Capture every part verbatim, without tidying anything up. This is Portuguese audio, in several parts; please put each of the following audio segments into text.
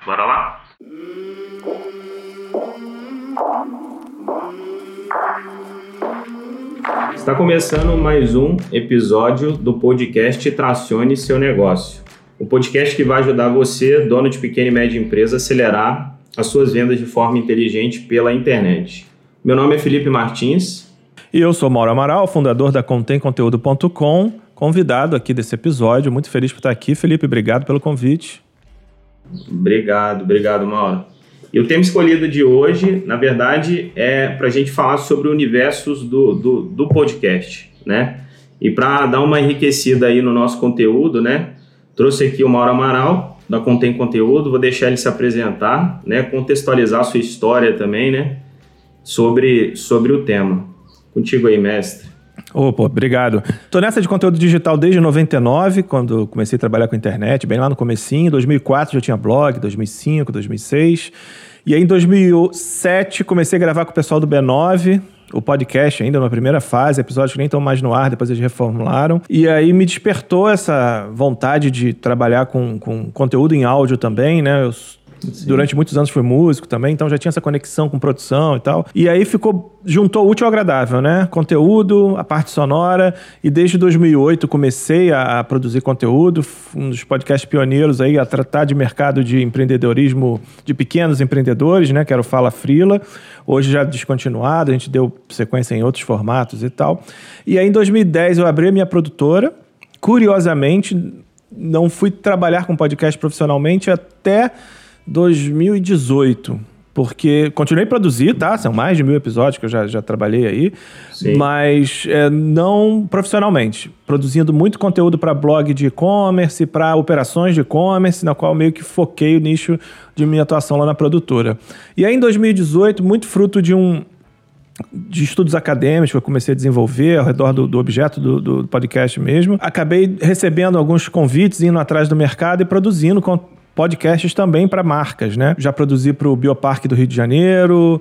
Bora lá? Está começando mais um episódio do podcast Tracione Seu Negócio. O podcast que vai ajudar você, dono de pequena e média empresa, a acelerar as suas vendas de forma inteligente pela internet. Meu nome é Felipe Martins. E eu sou Mauro Amaral, fundador da contém conteúdo ponto com, convidado aqui desse episódio. Muito feliz por estar aqui. Felipe, obrigado pelo convite. Obrigado, obrigado, Mauro. E o tema escolhido de hoje, na verdade, é para a gente falar sobre o universo do, do, do podcast, né? E para dar uma enriquecida aí no nosso conteúdo, né? Trouxe aqui o Mauro Amaral, da Contém Conteúdo, vou deixar ele se apresentar, né? Contextualizar a sua história também, né? Sobre, sobre o tema. Contigo aí, mestre. Opa, obrigado. Tô nessa de conteúdo digital desde noventa e nove, quando comecei a trabalhar com internet, bem lá no comecinho. Em dois mil e quatro já tinha blog, dois mil e cinco, dois mil e seis. E aí em dois mil e sete comecei a gravar com o pessoal do B nove, o podcast ainda na primeira fase, episódios que nem estão mais no ar, depois eles reformularam. E aí me despertou essa vontade de trabalhar com, com conteúdo em áudio também, né? Eu Sim. Durante muitos anos fui músico também, então já tinha essa conexão com produção e tal. E aí ficou, juntou o útil ao agradável, né? Conteúdo, a parte sonora. E desde dois mil e oito comecei a, a produzir conteúdo, um dos podcasts pioneiros aí a tratar de mercado de empreendedorismo de pequenos empreendedores, né? Que era o Fala Frila. Hoje já descontinuado, a gente deu sequência em outros formatos e tal. E aí em dois mil e dez eu abri a minha produtora. Curiosamente, não fui trabalhar com podcast profissionalmente até dois mil e dezoito, porque continuei a produzir, tá? São mais de mil episódios que eu já, já trabalhei aí, Sim. mas é, não profissionalmente. Produzindo muito conteúdo para blog de e-commerce, para operações de e-commerce, na qual meio que foquei o nicho de minha atuação lá na produtora. E aí em dois mil e dezoito, muito fruto de um de estudos acadêmicos que eu comecei a desenvolver ao redor do, do objeto do, do podcast mesmo, acabei recebendo alguns convites, indo atrás do mercado e produzindo conteúdo podcasts também para marcas, né? Já produzi para o Bioparque do Rio de Janeiro,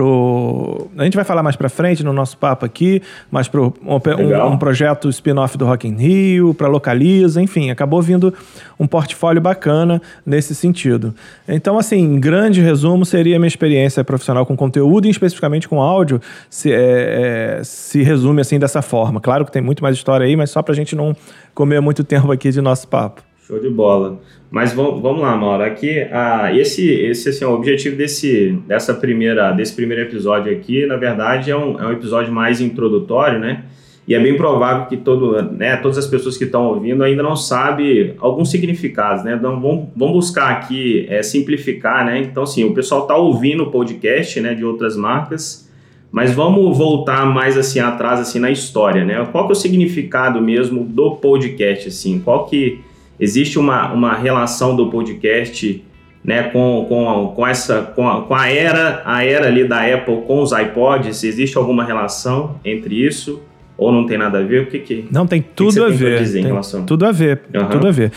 pro... a gente vai falar mais para frente no nosso papo aqui, mas para um, um, um projeto spin-off do Rock in Rio, para Localiza, enfim, acabou vindo um portfólio bacana nesse sentido. Então, assim, em grande resumo, seria a minha experiência profissional com conteúdo e especificamente com áudio, se, é, é, se resume assim dessa forma. Claro que tem muito mais história aí, mas só para a gente não comer muito tempo aqui de nosso papo. Show de bola. Mas vamos, vamos lá, Mauro. Aqui, ah, esse, esse assim, o objetivo desse, dessa primeira, desse primeiro episódio aqui, na verdade, é um, é um episódio mais introdutório, né? E é bem provável que todo, né, todas as pessoas que estão ouvindo ainda não sabem alguns significados, né? Então, vamos, vamos buscar aqui é, simplificar, né? Então, assim, o pessoal está ouvindo o podcast, né, de outras marcas, mas vamos voltar mais assim atrás, assim, na história, né? Qual que é o significado mesmo do podcast, assim? Qual que... Existe uma, uma relação do podcast, né, com, com, com, essa, com, a, com a, era, a era ali da Apple com os iPods? Existe alguma relação entre isso ou não tem nada a ver? O que que Não, tem tudo que que a tem ver. Dizer tem em relação? Tudo a ver. Uhum. Tudo a ver.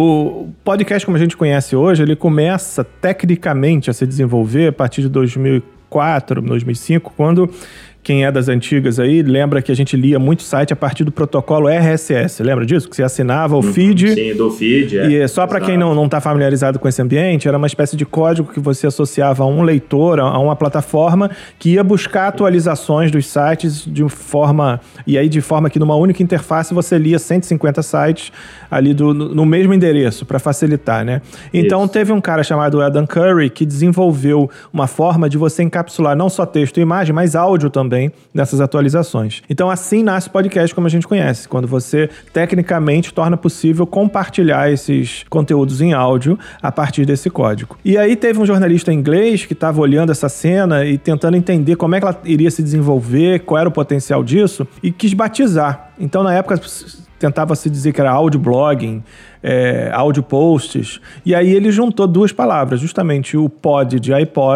O podcast, como a gente conhece hoje, ele começa tecnicamente a se desenvolver a partir de dois mil e quatro, dois mil e cinco, quando... Quem é das antigas aí, lembra que a gente lia muito site a partir do protocolo R S S. Lembra disso? Que você assinava o feed. Sim, do feed. É. E só para quem não está familiarizado com esse ambiente, era uma espécie de código que você associava a um leitor, a uma plataforma, que ia buscar atualizações dos sites de forma... E aí, de forma que numa única interface você lia cento e cinquenta sites ali do, no mesmo endereço, para facilitar, né? Então, Isso. teve um cara chamado Adam Curry que desenvolveu uma forma de você encapsular não só texto e imagem, mas áudio também nessas atualizações. Então, assim nasce o podcast como a gente conhece, quando você, tecnicamente, torna possível compartilhar esses conteúdos em áudio a partir desse código. E aí teve um jornalista inglês que estava olhando essa cena e tentando entender como é que ela iria se desenvolver, qual era o potencial disso, e quis batizar. Então, na época, tentava se dizer que era áudio blogging, é, áudio posts, e aí ele juntou duas palavras, justamente o pod de iPod,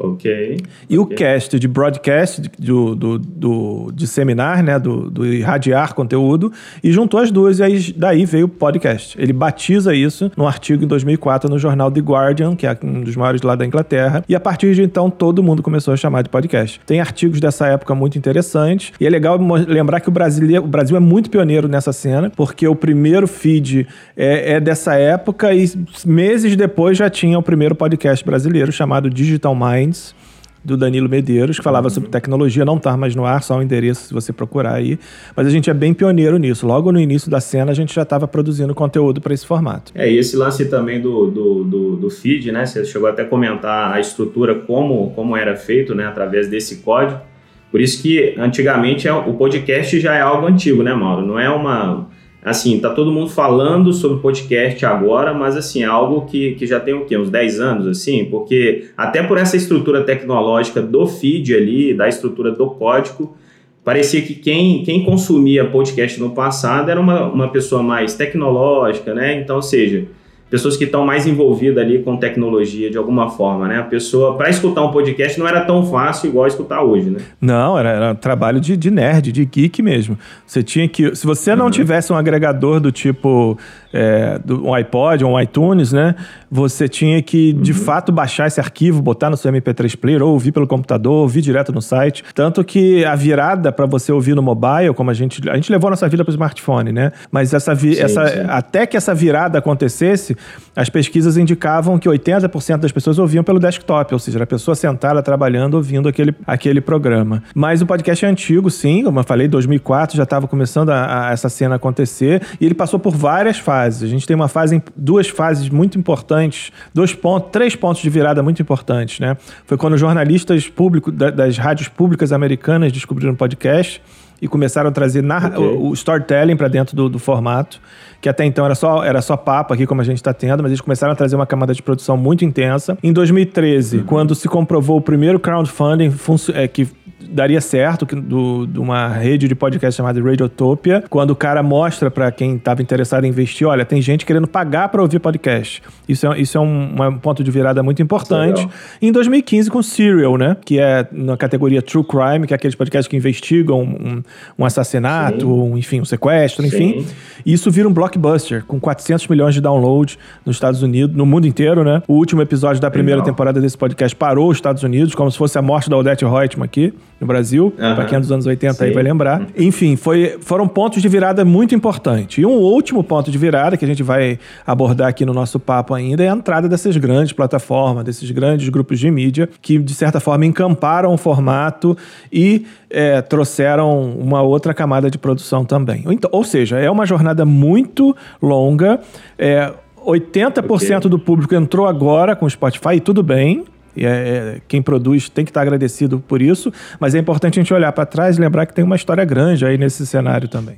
Ok. E okay. o cast de broadcast, do, do, do, de seminar, né? Do, do irradiar conteúdo, e juntou as duas, e aí, daí veio o podcast. Ele batiza isso num artigo em dois mil e quatro no jornal The Guardian, que é um dos maiores lá da Inglaterra, e a partir de então todo mundo começou a chamar de podcast. Tem artigos dessa época muito interessantes, e é legal lembrar que o, brasileiro, o Brasil é muito pioneiro nessa cena, porque o primeiro feed é, é dessa época, e meses depois já tinha o primeiro podcast brasileiro, chamado Digital Minds, do Danilo Medeiros, que falava uhum. sobre tecnologia, não tá mais no ar, só o endereço se você procurar aí. Mas a gente é bem pioneiro nisso. Logo no início da cena, a gente já estava produzindo conteúdo para esse formato. É, e esse lance também do, do, do, do feed, né? Você chegou até a comentar a estrutura, como, como era feito, né? Através desse código. Por isso que, antigamente, o podcast já é algo antigo, né, Mauro? Não é uma... Assim, tá todo mundo falando sobre podcast agora, mas assim, é algo que, que já tem o quê? Uns dez anos, assim? Porque até por essa estrutura tecnológica do feed ali, da estrutura do código, parecia que quem, quem consumia podcast no passado era uma, uma pessoa mais tecnológica, né? Então, ou seja, pessoas que estão mais envolvidas ali com tecnologia de alguma forma, né? A pessoa, para escutar um podcast não era tão fácil igual escutar hoje, né? Não, era, era trabalho de, de nerd, de geek mesmo. Você tinha que... Se você não uhum. tivesse um agregador do tipo... É, do, um iPod ou um iTunes, né? Você tinha que, de uhum. fato, baixar esse arquivo, botar no seu M P três player, ou ouvir pelo computador, ouvir direto no site. Tanto que a virada para você ouvir no mobile, como a gente... A gente levou a nossa vida para o smartphone, né? Mas essa, vi, sim, essa, sim. até que essa virada acontecesse, as pesquisas indicavam que oitenta por cento das pessoas ouviam pelo desktop, ou seja, a pessoa sentada trabalhando, ouvindo aquele, aquele programa. Mas o podcast é antigo, sim, como eu falei, dois mil e quatro já estava começando a, a essa cena acontecer, e ele passou por várias fases. A gente tem uma fase, duas fases muito importantes, dois pontos, três pontos de virada muito importantes, né? Foi quando jornalistas públicos das rádios públicas americanas descobriram o podcast e começaram a trazer narra- okay. o, o storytelling para dentro do, do formato, que até então era só, era só papo aqui, como a gente está tendo, mas eles começaram a trazer uma camada de produção muito intensa. Em dois mil e treze, uhum. quando se comprovou o primeiro crowdfunding func- é, que daria certo, que, do, de uma rede de podcast chamada Radiotopia, quando o cara mostra para quem estava interessado em investir, olha, tem gente querendo pagar para ouvir podcast. Isso é, isso é um, um ponto de virada muito importante. Em dois mil e quinze, com Serial, né, que é na categoria True Crime, que é aqueles podcasts que investigam um, um assassinato, um, enfim, um sequestro, enfim. Sim. E isso vira um blockbuster, com quatrocentos milhões de downloads nos Estados Unidos, no mundo inteiro, né? O último episódio da primeira Legal. temporada desse podcast parou os Estados Unidos, como se fosse a morte da Odete Roitman aqui, no Brasil. Uhum. Para quem é dos anos oitenta Sim. aí vai lembrar. Uhum. Enfim, foi, foram pontos de virada muito importantes. E um último ponto de virada, que a gente vai abordar aqui no nosso papo ainda, é a entrada dessas grandes plataformas, desses grandes grupos de mídia, que, de certa forma, encamparam o formato e é, trouxeram uma outra camada de produção também. Então, ou seja, é uma jornada muito longa. É, oitenta por cento okay. do público entrou agora com o Spotify, e tudo bem. E é, é, quem produz tem que estar agradecido por isso, mas é importante a gente olhar para trás e lembrar que tem uma história grande aí nesse cenário também.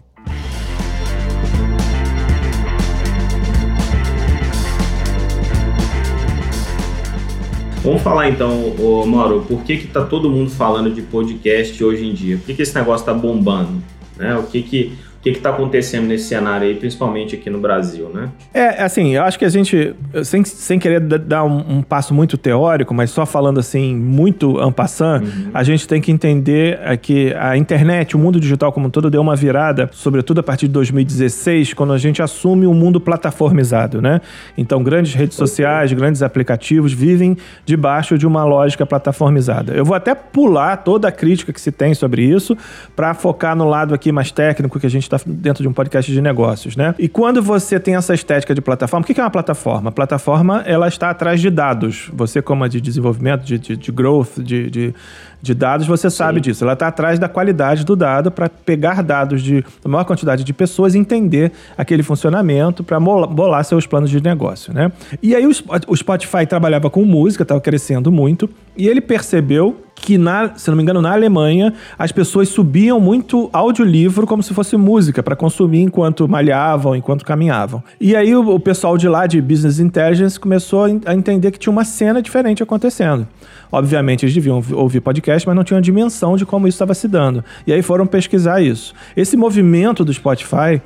Vamos falar então, ô, Mauro, por que que tá todo mundo falando de podcast hoje em dia? Por que que esse negócio tá bombando? Né? O que que... O que está acontecendo nesse cenário aí, principalmente aqui no Brasil, né? É, assim, eu acho que a gente, sem, sem querer dar um, um passo muito teórico, mas só falando assim, muito en passant, uhum. a gente tem que entender que a internet, o mundo digital como um todo, deu uma virada, sobretudo a partir de dois mil e dezesseis, quando a gente assume um mundo plataformizado, né? Então, grandes redes okay. sociais, grandes aplicativos vivem debaixo de uma lógica plataformizada. Eu vou até pular toda a crítica que se tem sobre isso para focar no lado aqui mais técnico que a gente dentro de um podcast de negócios, né? E quando você tem essa estética de plataforma, o que é uma plataforma? A plataforma, ela está atrás de dados. Você, como de desenvolvimento, de, de, de growth, de, de, de dados, você Sim. sabe disso. Ela está atrás da qualidade do dado para pegar dados de a maior quantidade de pessoas e entender aquele funcionamento para bolar seus planos de negócio, né? E aí o Spotify trabalhava com música, estava crescendo muito, e ele percebeu que, na, se não me engano, na Alemanha, as pessoas subiam muito audiolivro como se fosse música para consumir enquanto malhavam, enquanto caminhavam. E aí o, o pessoal de lá, de Business Intelligence, começou a entender que tinha uma cena diferente acontecendo. Obviamente, eles deviam ouvir podcast, mas não tinham a dimensão de como isso estava se dando. E aí foram pesquisar isso. Esse movimento do Spotify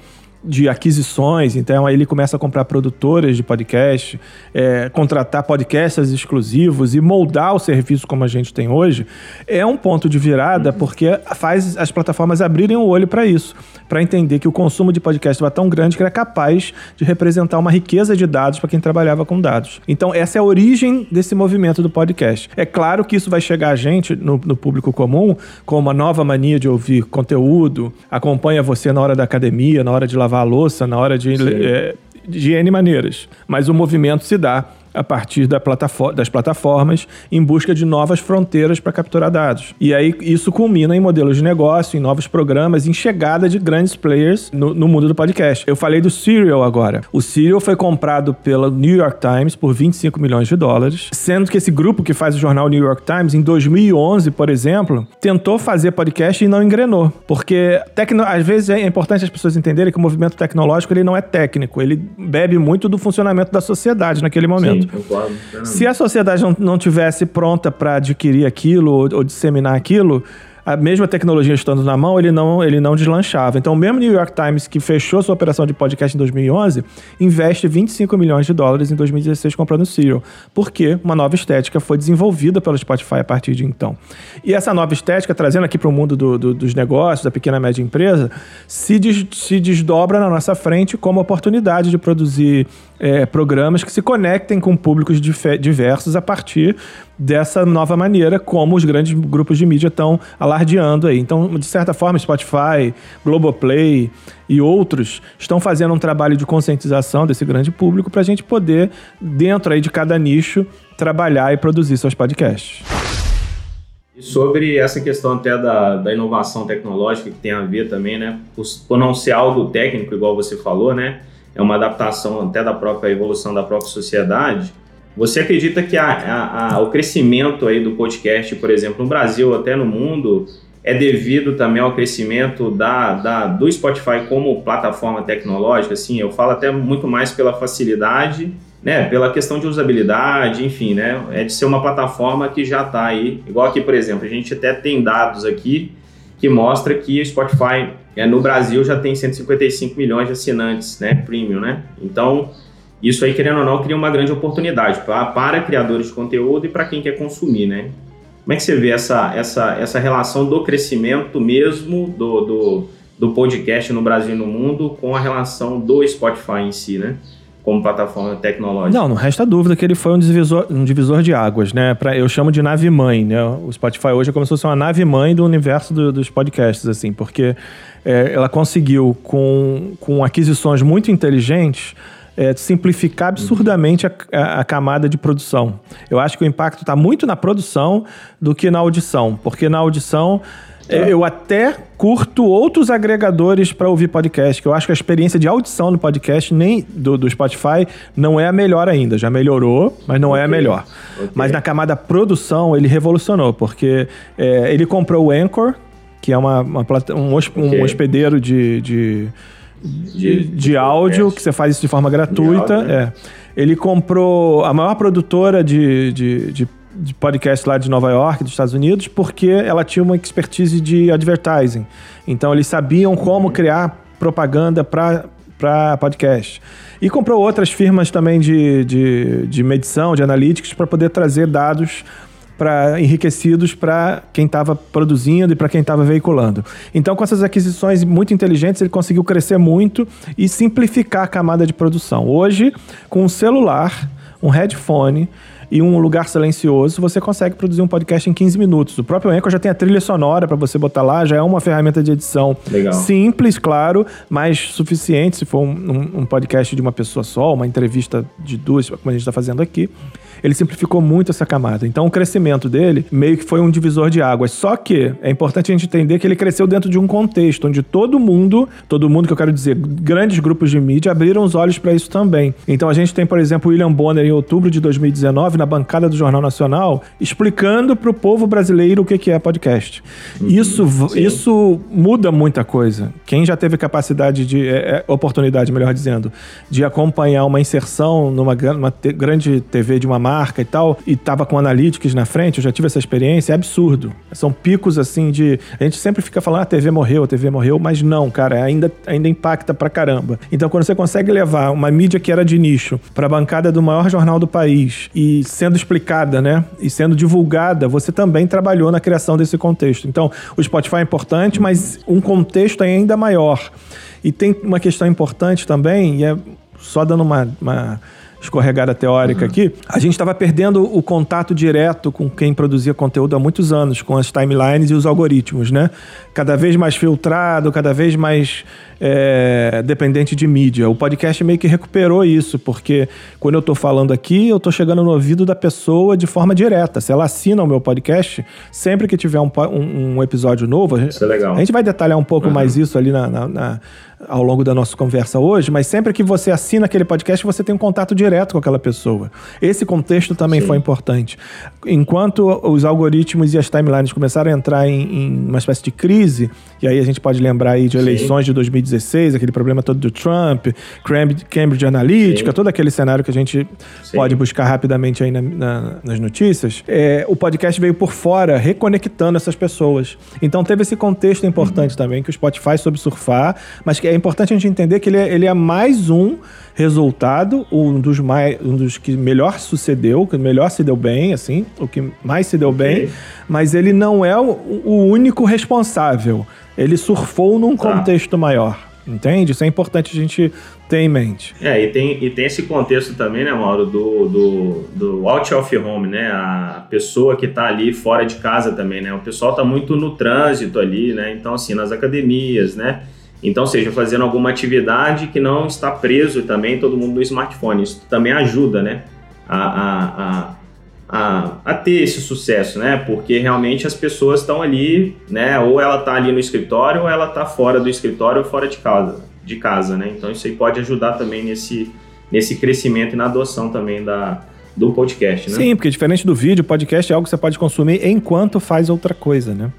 de aquisições, então aí ele começa a comprar produtoras de podcast, é, contratar podcasters exclusivos e moldar o serviço como a gente tem hoje, é um ponto de virada porque faz as plataformas abrirem o olho para isso, para entender que o consumo de podcast era tão grande que era capaz de representar uma riqueza de dados para quem trabalhava com dados. Então essa é a origem desse movimento do podcast. É claro que isso vai chegar a gente, no, no público comum, com uma nova mania de ouvir conteúdo, acompanha você na hora da academia, na hora de lavar a louça, na hora de, é, de N maneiras. Mas o movimento se dá a partir da plataforma, das plataformas em busca de novas fronteiras para capturar dados. E aí isso culmina em modelos de negócio, em novos programas, em chegada de grandes players no, no mundo do podcast. Eu falei do Serial agora. O Serial foi comprado pela New York Times por vinte e cinco milhões de dólares, sendo que esse grupo que faz o jornal New York Times, em dois mil e onze, por exemplo, tentou fazer podcast e não engrenou. Porque tecno... às vezes é importante as pessoas entenderem que o movimento tecnológico ele não é técnico, ele bebe muito do funcionamento da sociedade naquele momento. Sim. Concordo. Se a sociedade não, não tivesse pronta para adquirir aquilo ou, ou disseminar aquilo, a mesma tecnologia estando na mão, ele não, ele não deslanchava. Então, o mesmo New York Times, que fechou sua operação de podcast em dois mil e onze, investe vinte e cinco milhões de dólares em dois mil e dezesseis comprando o Serial, porque uma nova estética foi desenvolvida pelo Spotify a partir de então. E essa nova estética, trazendo aqui para o mundo do, do, dos negócios, da pequena e média empresa, se, des, se desdobra na nossa frente como oportunidade de produzir é, programas que se conectem com públicos dif- diversos a partir dessa nova maneira como os grandes grupos de mídia estão alardeando aí. Então, de certa forma, Spotify, Globoplay e outros estão fazendo um trabalho de conscientização desse grande público para a gente poder, dentro aí de cada nicho, trabalhar e produzir seus podcasts. E sobre essa questão até da, da inovação tecnológica que tem a ver também, né? Por, por não ser algo técnico, igual você falou, né? É uma adaptação até da própria evolução da própria sociedade. Você acredita que a, a, a, o crescimento aí do podcast, por exemplo, no Brasil, até no mundo, é devido também ao crescimento da, da, do Spotify como plataforma tecnológica? Assim, eu falo até muito mais pela facilidade, né, pela questão de usabilidade, enfim, né, é de ser uma plataforma que já está aí. Igual aqui, por exemplo, a gente até tem dados aqui que mostra que o Spotify é, no Brasil já tem cento e cinquenta e cinco milhões de assinantes, né, premium, né? Então, isso aí, querendo ou não, cria uma grande oportunidade pra, para criadores de conteúdo e para quem quer consumir, né? Como é que você vê essa, essa, essa relação do crescimento mesmo do, do, do podcast no Brasil e no mundo com a relação do Spotify em si, né? Como plataforma tecnológica? Não, não resta dúvida que ele foi um divisor, um divisor de águas, né? Pra, eu chamo de nave-mãe, né? O Spotify hoje é como se fosse uma nave-mãe do universo do, dos podcasts, assim, porque é, ela conseguiu, com, com aquisições muito inteligentes, É, simplificar absurdamente a, a, a camada de produção. Eu acho que o impacto está muito na produção do que na audição, porque na audição é. eu até curto outros agregadores para ouvir podcast, que eu acho que a experiência de audição no podcast nem do, do Spotify não é a melhor ainda. Já melhorou, mas não okay. é a melhor. Okay. Mas na camada produção ele revolucionou, porque é, ele comprou o Anchor, que é uma, uma, um, okay. um hospedeiro de... de De, de áudio, que você faz isso de forma gratuita. De áudio, né? é. Ele comprou a maior produtora de, de, de, de podcast lá de Nova York, dos Estados Unidos, porque ela tinha uma expertise de advertising. Então, eles sabiam como criar propaganda para podcast. E comprou outras firmas também de, de, de medição, de analytics, para poder trazer dados Pra, enriquecidos para quem estava produzindo e para quem estava veiculando. Então, com essas aquisições muito inteligentes, ele conseguiu crescer muito e simplificar a camada de produção. Hoje, com um celular, um headphone e um lugar silencioso, você consegue produzir um podcast em quinze minutos. O próprio Anchor já tem a trilha sonora para você botar lá, já é uma ferramenta de edição Legal. Simples, claro, mas suficiente se for um, um, um podcast de uma pessoa só, uma entrevista de duas, como a gente está fazendo aqui. Ele simplificou muito essa camada. Então, o crescimento dele meio que foi um divisor de águas. Só que é importante a gente entender que ele cresceu dentro de um contexto onde todo mundo, todo mundo que eu quero dizer, grandes grupos de mídia abriram os olhos para isso também. Então, a gente tem, por exemplo, o William Bonner em outubro de dois mil e dezenove, na bancada do Jornal Nacional, explicando para o povo brasileiro o que é podcast. Uhum, isso, isso muda muita coisa. Quem já teve capacidade de, é, oportunidade, melhor dizendo, de acompanhar uma inserção numa, numa te, grande T V de uma marca e tal, e tava com analytics na frente, eu já tive essa experiência, é absurdo. São picos assim de... A gente sempre fica falando, ah, a T V morreu, a T V morreu, mas não, cara, ainda, ainda impacta pra caramba. Então, quando você consegue levar uma mídia que era de nicho pra bancada do maior jornal do país e sendo explicada, né, e sendo divulgada, você também trabalhou na criação desse contexto. Então, o Spotify é importante, mas um contexto ainda maior. E tem uma questão importante também, e é só dando uma... uma escorregada teórica uhum. aqui, a gente estava perdendo o contato direto com quem produzia conteúdo há muitos anos, com as timelines e os algoritmos, né? Cada vez mais filtrado, cada vez mais é, dependente de mídia. O podcast meio que recuperou isso, porque quando eu estou falando aqui, eu estou chegando no ouvido da pessoa de forma direta. Se ela assina o meu podcast, sempre que tiver um, um, um episódio novo, isso é legal. A gente vai detalhar um pouco uhum. mais isso ali na, na, na, ao longo da nossa conversa hoje, mas sempre que você assina aquele podcast, você tem um contato direto com aquela pessoa. Esse contexto também Sim. foi importante. Enquanto os algoritmos e as timelines começaram a entrar em, em uma espécie de crise, e aí a gente pode lembrar aí de eleições Sim. de dois mil e dezesseis, aquele problema todo do Trump, Cambridge Analytica, Sim. todo aquele cenário que a gente Sim. pode buscar rapidamente aí na, na, nas notícias, é, o podcast veio por fora, reconectando essas pessoas. Então teve esse contexto importante uhum. também, que o Spotify soube surfar, mas que é importante a gente entender que ele é, ele é mais um resultado, um dos, mais, um dos que melhor sucedeu, que melhor se deu bem, assim, o que mais se deu okay. bem, mas ele não é o, o único responsável. Ele surfou num tá. contexto maior, entende? Isso é importante a gente ter em mente. É, e tem, e tem esse contexto também, né, Mauro, do, do, do out of home, né, a pessoa que tá ali fora de casa também, né, o pessoal tá muito no trânsito ali, né, então assim, nas academias, né, então seja fazendo alguma atividade que não está preso também todo mundo no smartphone, isso também ajuda, né, a, a, a, a, a ter esse sucesso, né, porque realmente as pessoas estão ali, né, ou ela tá ali no escritório ou ela tá fora do escritório ou fora de casa, de casa, né, então isso aí pode ajudar também nesse, nesse crescimento e na adoção também da, do podcast, né. Sim, porque diferente do vídeo, o podcast é algo que você pode consumir enquanto faz outra coisa, né.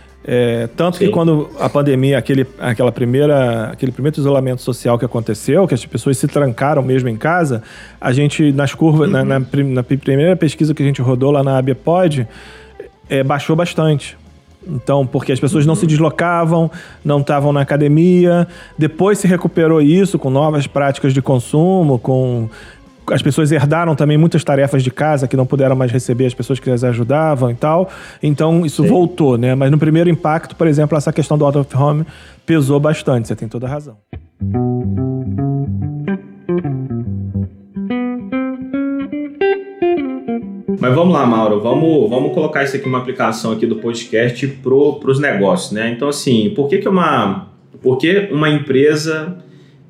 É, tanto Sim. que quando a pandemia, aquele, aquela primeira, aquele primeiro isolamento social que aconteceu, que as pessoas se trancaram mesmo em casa, a gente, nas curvas, uhum. na, na, na primeira pesquisa que a gente rodou lá na ABPod, é, baixou bastante. Então, porque as pessoas uhum. não se deslocavam, não estavam na academia, depois se recuperou isso com novas práticas de consumo, com... As pessoas herdaram também muitas tarefas de casa que não puderam mais receber as pessoas que as ajudavam e tal. Então, isso Sim. voltou, né? Mas no primeiro impacto, por exemplo, essa questão do out of home pesou bastante. Você tem toda a razão. Mas vamos lá, Mauro. Vamos, vamos colocar isso aqui, uma aplicação aqui do podcast para os negócios, né? Então, assim, por que, que uma, por que uma empresa...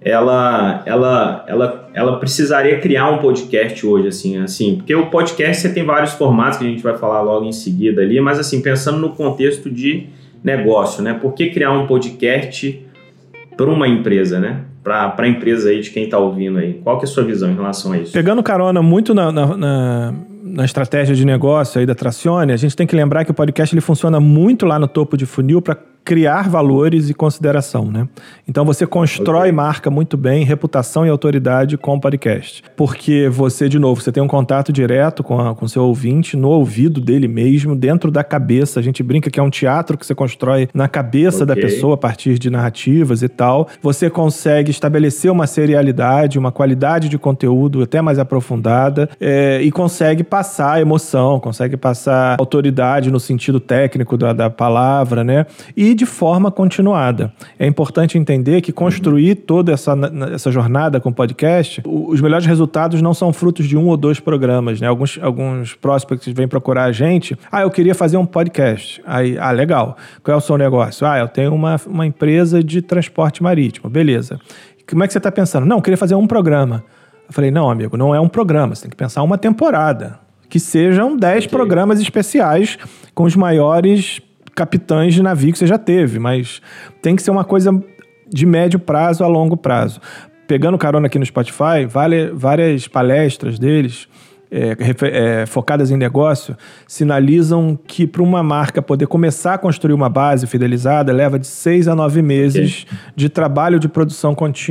Ela, ela, ela, ela precisaria criar um podcast hoje, assim, assim, porque o podcast você tem vários formatos que a gente vai falar logo em seguida ali, mas assim, pensando no contexto de negócio, né? Por que criar um podcast para uma empresa, né? Para a empresa aí de quem está ouvindo aí. Qual que é a sua visão em relação a isso? Pegando carona muito na, na, na, na estratégia de negócio aí da Tracione, a gente tem que lembrar que o podcast ele funciona muito lá no topo de funil para criar valores e consideração, né? Então você constrói okay. marca muito bem, reputação e autoridade com o podcast. Porque você, de novo, você tem um contato direto com o com seu ouvinte, no ouvido dele mesmo, dentro da cabeça. A gente brinca que é um teatro que você constrói na cabeça okay. da pessoa a partir de narrativas e tal. Você consegue estabelecer uma serialidade, uma qualidade de conteúdo até mais aprofundada é, e consegue passar emoção, consegue passar autoridade no sentido técnico da, da palavra, né? E de forma continuada. É importante entender que construir toda essa, essa jornada com o podcast, os melhores resultados não são frutos de um ou dois programas, né? Alguns, alguns prospects vêm procurar a gente, ah, eu queria fazer um podcast. Aí, ah, legal. Qual é o seu negócio? Ah, eu tenho uma, uma empresa de transporte marítimo. Beleza. Como é que você está pensando? Não, eu queria fazer um programa. Eu falei, não, amigo, não é um programa, você tem que pensar uma temporada. Que sejam dez okay. programas especiais com os maiores capitães de navio que você já teve, mas tem que ser uma coisa de médio prazo a longo prazo. Pegando carona aqui no Spotify, vale, várias palestras deles, é, é, focadas em negócio, sinalizam que para uma marca poder começar a construir uma base fidelizada, leva de seis a nove meses okay. de trabalho de produção contínuo.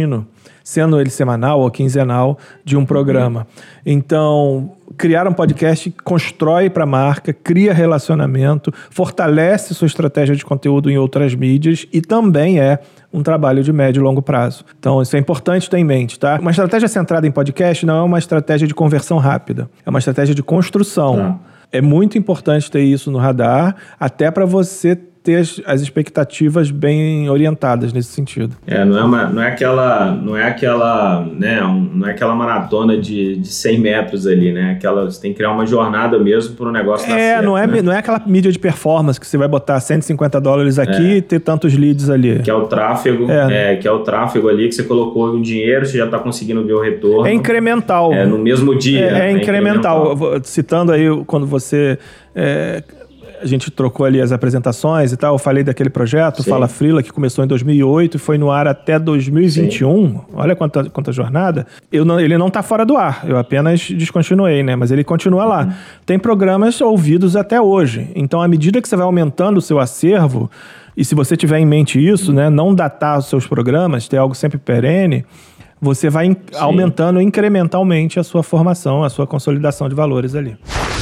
sendo ele semanal ou quinzenal, de um programa. Então, criar um podcast constrói para a marca, cria relacionamento, fortalece sua estratégia de conteúdo em outras mídias e também é um trabalho de médio e longo prazo. Então, isso é importante ter em mente, tá? Uma estratégia centrada em podcast não é uma estratégia de conversão rápida, é uma estratégia de construção. Tá. É muito importante ter isso no radar, até para você ter as, as expectativas bem orientadas nesse sentido. É, não é, uma, não é aquela, não é aquela, né, um, não é aquela maratona de, de cem metros ali, né? Aquela, você tem que criar uma jornada mesmo para o negócio dar é, certo. Não é, né? não é aquela mídia de performance que você vai botar cento e cinquenta dólares aqui é. e ter tantos leads ali. Que é o tráfego, é. É, que é o tráfego ali que você colocou um dinheiro, você já está conseguindo ver o retorno. É incremental. É, no mesmo dia. É, é incremental. incremental. Citando aí quando você... É, a gente trocou ali as apresentações e tal, eu falei daquele projeto, Sim. Fala Freela, que começou em dois mil e oito e foi no ar até dois mil e vinte e um. Sim. Olha quanta, quanta jornada. Eu não, ele não está fora do ar, eu apenas descontinuei, né? Mas ele continua lá. Uhum. Tem programas ouvidos até hoje. Então, à medida que você vai aumentando o seu acervo, e se você tiver em mente isso, uhum. né, não datar os seus programas, ter algo sempre perene, você vai in- aumentando incrementalmente a sua formação, a sua consolidação de valores ali.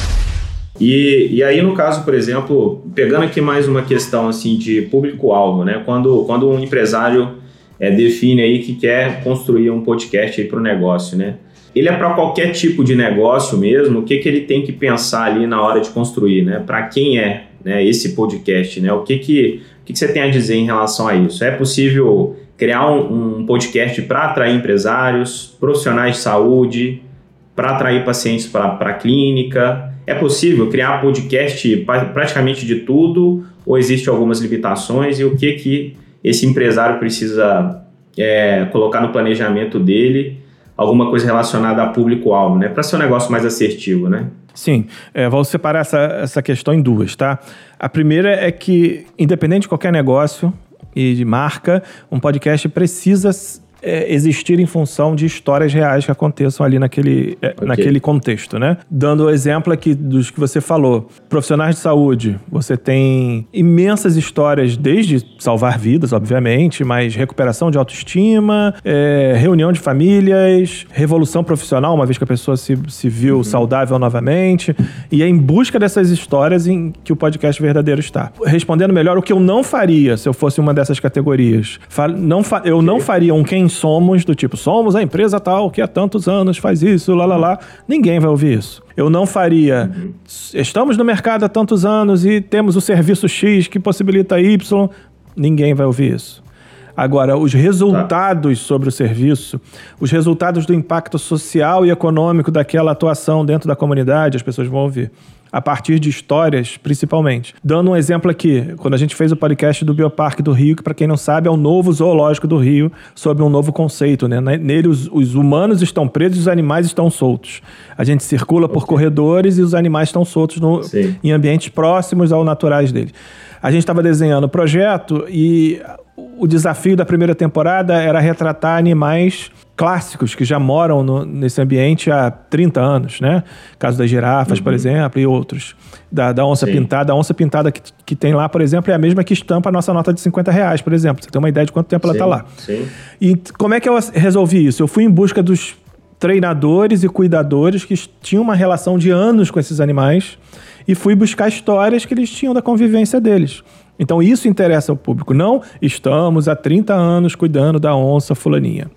E, e aí, no caso, por exemplo, pegando aqui mais uma questão assim, de público-alvo, né? Quando, quando um empresário é, define aí que quer construir um podcast para o negócio, né? Ele é para qualquer tipo de negócio mesmo, o que, que ele tem que pensar ali na hora de construir, né? Para quem é, né, esse podcast, né? O, que, que, o que, que você tem a dizer em relação a isso? É possível criar um, um podcast para atrair empresários, profissionais de saúde, para atrair pacientes para a clínica? É possível criar podcast praticamente de tudo ou existem algumas limitações? E o que, que esse empresário precisa é, colocar no planejamento dele? Alguma coisa relacionada a público-alvo, né? Para ser um negócio mais assertivo, né? Sim, é, vou separar essa, essa questão em duas, tá? A primeira é que, independente de qualquer negócio e de marca, um podcast precisa É, existir em função de histórias reais que aconteçam ali naquele, é, okay. naquele contexto, né? Dando o exemplo aqui dos que você falou. Profissionais de saúde, você tem imensas histórias, desde salvar vidas, obviamente, mas recuperação de autoestima, é, reunião de famílias, revolução profissional, uma vez que a pessoa se, se viu uhum. saudável novamente, e é em busca dessas histórias em que o podcast verdadeiro está. Respondendo melhor, o que eu não faria se eu fosse uma dessas categorias, fa- não fa- eu okay. não faria um quem somos, do tipo, somos a empresa tal que há tantos anos faz isso, lá, lá, lá. Ninguém vai ouvir isso. Eu não faria, uhum. estamos no mercado há tantos anos e temos o serviço X que possibilita Y. Ninguém vai ouvir isso. Agora, os resultados tá. sobre o serviço, os resultados do impacto social e econômico daquela atuação dentro da comunidade, as pessoas vão ouvir. A partir de histórias, principalmente. Dando um exemplo aqui, quando a gente fez o podcast do Bioparque do Rio, que para quem não sabe é o novo zoológico do Rio, sobre um novo conceito, né? Nele os, os humanos estão presos e os animais estão soltos. A gente circula por okay. corredores e os animais estão soltos no, em ambientes próximos aos naturais deles. A gente estava desenhando o projeto e o desafio da primeira temporada era retratar animais clássicos que já moram no, nesse ambiente há trinta anos, né? Caso das girafas, uhum. por exemplo, e outros. Da, da onça Sim. pintada. A onça pintada que, que tem lá, por exemplo, é a mesma que estampa a nossa nota de cinquenta reais, por exemplo. Você tem uma ideia de quanto tempo Sim. ela está lá. Sim. E como é que eu resolvi isso? Eu fui em busca dos treinadores e cuidadores que tinham uma relação de anos com esses animais e fui buscar histórias que eles tinham da convivência deles. Então isso interessa ao público. Não estamos há trinta anos cuidando da onça fulaninha.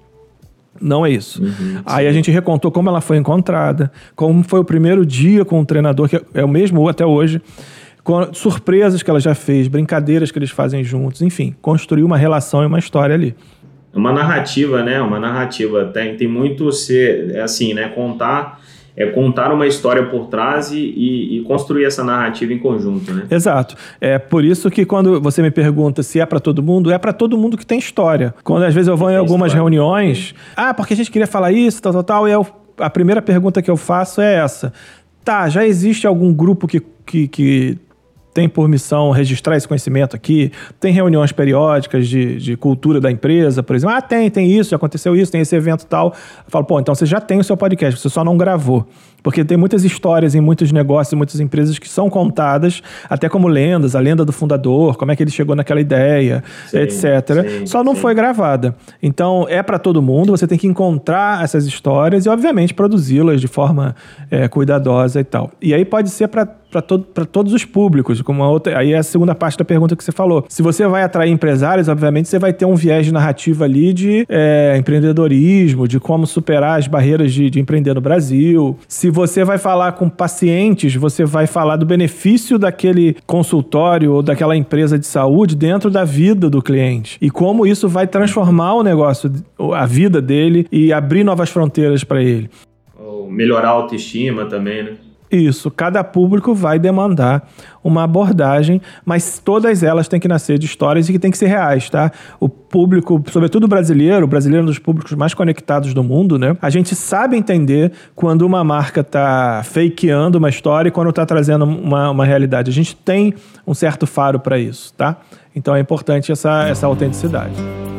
Não é isso. Uhum, Aí a gente recontou como ela foi encontrada, como foi o primeiro dia com o treinador, que é o mesmo até hoje, com surpresas que ela já fez, brincadeiras que eles fazem juntos, enfim, construiu uma relação e uma história ali. Uma narrativa, né? Uma narrativa. Tem, tem muito ser, é assim, né? Contar... É contar uma história por trás e, e, e construir essa narrativa em conjunto, né? Exato. É por isso que quando você me pergunta se é para todo mundo, é para todo mundo que tem história. Quando às vezes eu vou em algumas história. reuniões, ah, porque a gente queria falar isso, tal, tal, tal, e eu, a primeira pergunta que eu faço é essa. Tá, já existe algum grupo que... que, que tem por missão registrar esse conhecimento aqui, tem reuniões periódicas de, de cultura da empresa, por exemplo, ah, tem, tem isso, já aconteceu isso, tem esse evento tal. Eu falo, pô, então você já tem o seu podcast, você só não gravou. Porque tem muitas histórias em muitos negócios, em muitas empresas que são contadas até como lendas, a lenda do fundador, como é que ele chegou naquela ideia, sim, etcétera. Sim, Só não sim. foi gravada. Então, é para todo mundo, você tem que encontrar essas histórias e, obviamente, produzi-las de forma é, cuidadosa e tal. E aí pode ser para para todo, para todos os públicos, como a outra, aí é a segunda parte da pergunta que você falou. Se você vai atrair empresários, obviamente você vai ter um viés de narrativa ali de é, empreendedorismo, de como superar as barreiras de, de empreender no Brasil. Se você vai falar com pacientes, você vai falar do benefício daquele consultório ou daquela empresa de saúde dentro da vida do cliente e como isso vai transformar o negócio, a vida dele e abrir novas fronteiras para ele. Ou melhorar a autoestima também, né? Isso, cada público vai demandar uma abordagem, mas todas elas têm que nascer de histórias e que têm que ser reais, tá? O público, sobretudo o brasileiro, o brasileiro é um dos públicos mais conectados do mundo, né? A gente sabe entender quando uma marca tá fakeando uma história e quando tá trazendo uma, uma realidade. A gente tem um certo faro para isso, tá? Então é importante essa, essa autenticidade.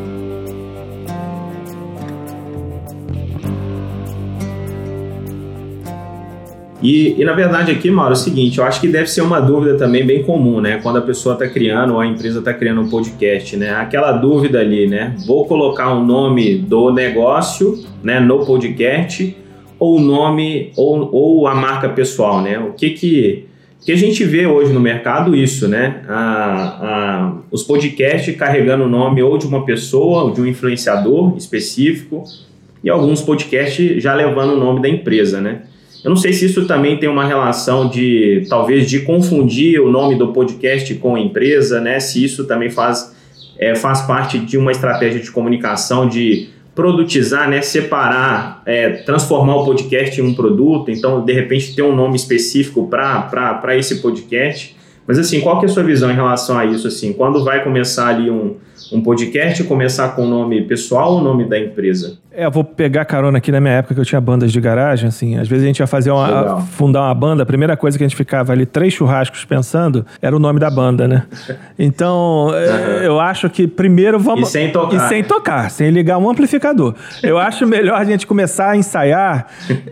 E, e, na verdade, aqui, Mauro, é o seguinte, eu acho que deve ser uma dúvida também bem comum, né? Quando a pessoa está criando ou a empresa está criando um podcast, né? Aquela dúvida ali, né? Vou colocar o nome do negócio, né, no podcast ou o nome ou, ou a marca pessoal, né? O que que, que a gente vê hoje no mercado isso, né? A, a, os podcasts carregando o nome ou de uma pessoa ou de um influenciador específico e alguns podcasts já levando o nome da empresa, né? Eu não sei se isso também tem uma relação de, talvez, de confundir o nome do podcast com a empresa, né? Se isso também faz, é, faz parte de uma estratégia de comunicação, de produtizar, né? Separar, é, transformar o podcast em um produto. Então, de repente, ter um nome específico para esse podcast. Mas, assim, qual que é a sua visão em relação a isso? Assim, quando vai começar ali um, um podcast, começar com o nome pessoal ou o nome da empresa? É, eu vou pegar carona aqui na minha época que eu tinha bandas de garagem, assim, às vezes a gente ia fazer uma, a, fundar uma banda, a primeira coisa que a gente ficava ali, três churrascos pensando, era o nome da banda, né? Então, uhum. eu acho que primeiro vamos... E sem tocar. E sem tocar, sem ligar um amplificador. Eu acho melhor a gente começar a ensaiar...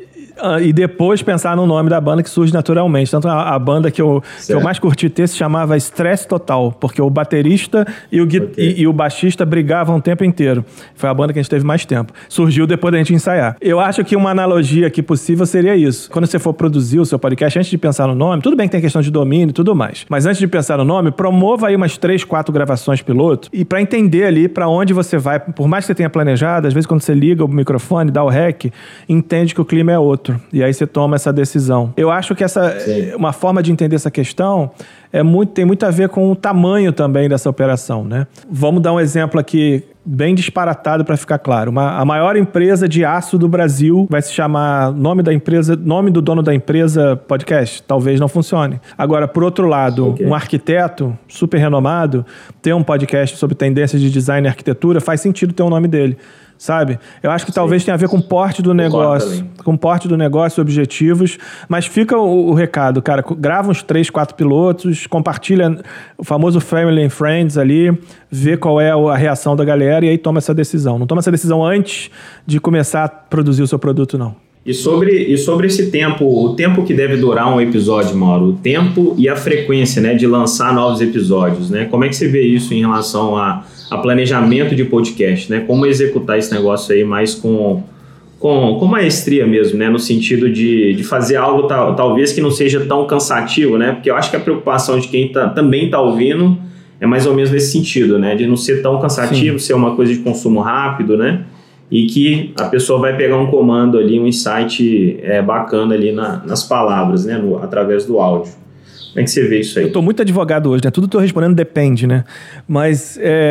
e depois pensar no nome da banda que surge naturalmente. Tanto a, a banda que eu, que eu mais curti ter se chamava Stress Total, porque o baterista e o, okay. e, e o baixista brigavam o tempo inteiro. Foi a banda que a gente teve mais tempo. Surgiu depois da gente ensaiar. Eu acho que uma analogia aqui possível seria isso. Quando você for produzir o seu podcast, antes de pensar no nome, tudo bem que tem questão de domínio e tudo mais, mas antes de pensar no nome, promova aí umas três, quatro gravações piloto e para entender ali para onde você vai, por mais que você tenha planejado, às vezes quando você liga o microfone, dá o rec, entende que o clima é outro. E aí você toma essa decisão. Eu acho que essa, Sim. uma forma de entender essa questão é muito, tem muito a ver com o tamanho também dessa operação, né? Vamos dar um exemplo aqui bem disparatado para ficar claro. Uma, a maior empresa de aço do Brasil vai se chamar nome da empresa, nome do dono da empresa podcast? Talvez não funcione. Agora, por outro lado, okay. um arquiteto super renomado tem um podcast sobre tendências de design e arquitetura, faz sentido ter o nome dele. Sabe? Eu acho que Sim. talvez tenha a ver com o porte do negócio, com o porte do negócio, objetivos, mas fica o, o recado, cara, grava uns três, quatro pilotos, compartilha o famoso Family and Friends ali, vê qual é a reação da galera e aí toma essa decisão. Não toma essa decisão antes de começar a produzir o seu produto, não. E sobre, e sobre esse tempo, o tempo que deve durar um episódio, Mauro, o tempo e a frequência, né, de lançar novos episódios, né? Como é que você vê isso em relação a, a planejamento de podcast, né? Como executar esse negócio aí mais com, com, com maestria mesmo, né? No sentido de, de fazer algo tal, talvez que não seja tão cansativo, né? Porque eu acho que a preocupação de quem tá, também está ouvindo é mais ou menos nesse sentido, né? De não ser tão cansativo, Sim. ser uma coisa de consumo rápido, né? E que a pessoa vai pegar um comando ali, um insight é, bacana ali na, nas palavras, né, no, através do áudio. Como é que você vê isso aí? Eu tô muito advogado hoje, né? Tudo que eu tô respondendo depende, né? Mas é,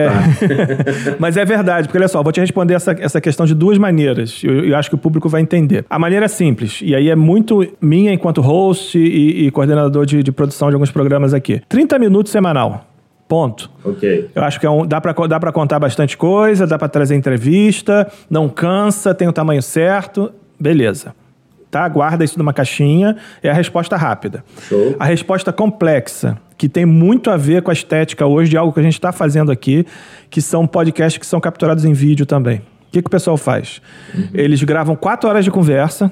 tá. Mas é verdade, porque olha só, vou te responder essa, essa questão de duas maneiras. Eu, eu acho que o público vai entender. A maneira simples, e aí é muito minha enquanto host e, e coordenador de, de produção de alguns programas aqui. trinta minutos semanal. Ponto. Ok. Eu acho que é um, dá para dá para contar bastante coisa, dá para trazer entrevista, não cansa, tem o tamanho certo, beleza. Tá? Guarda isso numa caixinha, é a resposta rápida. Show. A resposta complexa, que tem muito a ver com a estética hoje de algo que a gente está fazendo aqui, que são podcasts que são capturados em vídeo também. O que, que o pessoal faz? Uhum. Eles gravam quatro horas de conversa,